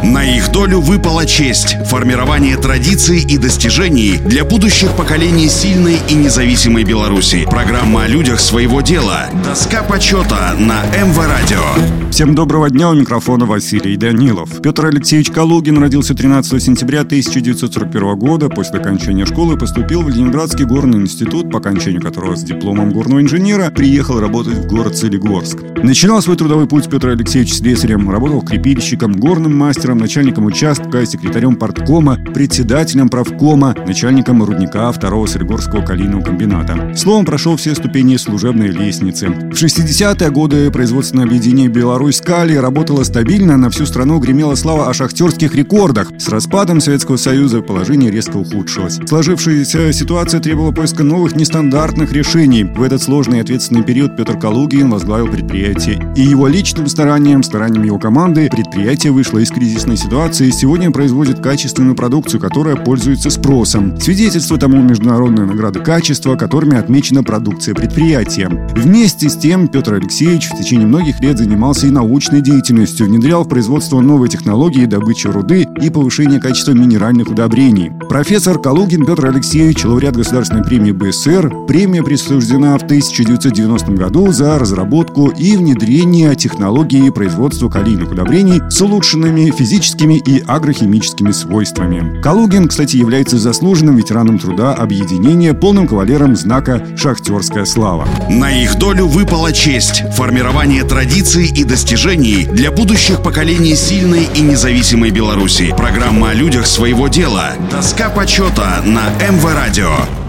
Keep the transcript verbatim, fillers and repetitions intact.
На их долю выпала честь – формирование традиций и достижений для будущих поколений сильной и независимой Беларуси. Программа о людях своего дела. Доска почета на эм вэ радио. Всем доброго дня, у микрофона Василий Данилов. Петр Алексеевич Калугин родился тринадцатого сентября тысяча девятьсот сорок первого года. После окончания школы поступил в Ленинградский горный институт, по окончанию которого с дипломом горного инженера приехал работать в город Солигорск. Начинал свой трудовой путь Петр Алексеевич слесарем, работал крепильщиком, горным мастером, начальником участка, секретарем парткома, председателем правкома, начальником рудника второго Солигорского калийного комбината. Словом, прошел все ступени служебной лестницы. В шестидесятые годы производственное объединение «Беларусь-Калий» работало стабильно, на всю страну гремела слава о шахтерских рекордах. С распадом Советского Союза положение резко ухудшилось. Сложившаяся ситуация требовала поиска новых нестандартных решений. В этот сложный и ответственный период Петр Калугин возглавил предприятие. И его личным старанием, старанием его команды, предприятие вышло из кризисной ситуации и сегодня производит качественную продукцию, которая пользуется спросом. Свидетельство тому международные награды качества, которыми отмечена продукция предприятия. Вместе с тем Петр Алексеевич в течение многих лет занимался и научной деятельностью, внедрял в производство новые технологии добычи руды и повышения качества минеральных удобрений. Профессор Калугин Петр Алексеевич, лауреат Государственной премии бэ эс эр. Премия присуждена в тысяча девятьсот девяностом году за разработку и внедрение технологии производства калийных удобрений с улучшенными физическими и агрохимическими свойствами. Калугин, кстати, является заслуженным ветераном труда объединения, полным кавалером знака «Шахтерская слава». На их долю выпала честь – формирование традиций и достижений для будущих поколений сильной и независимой Беларуси. Программа о людях своего дела. Доска почета на эм вэ радио.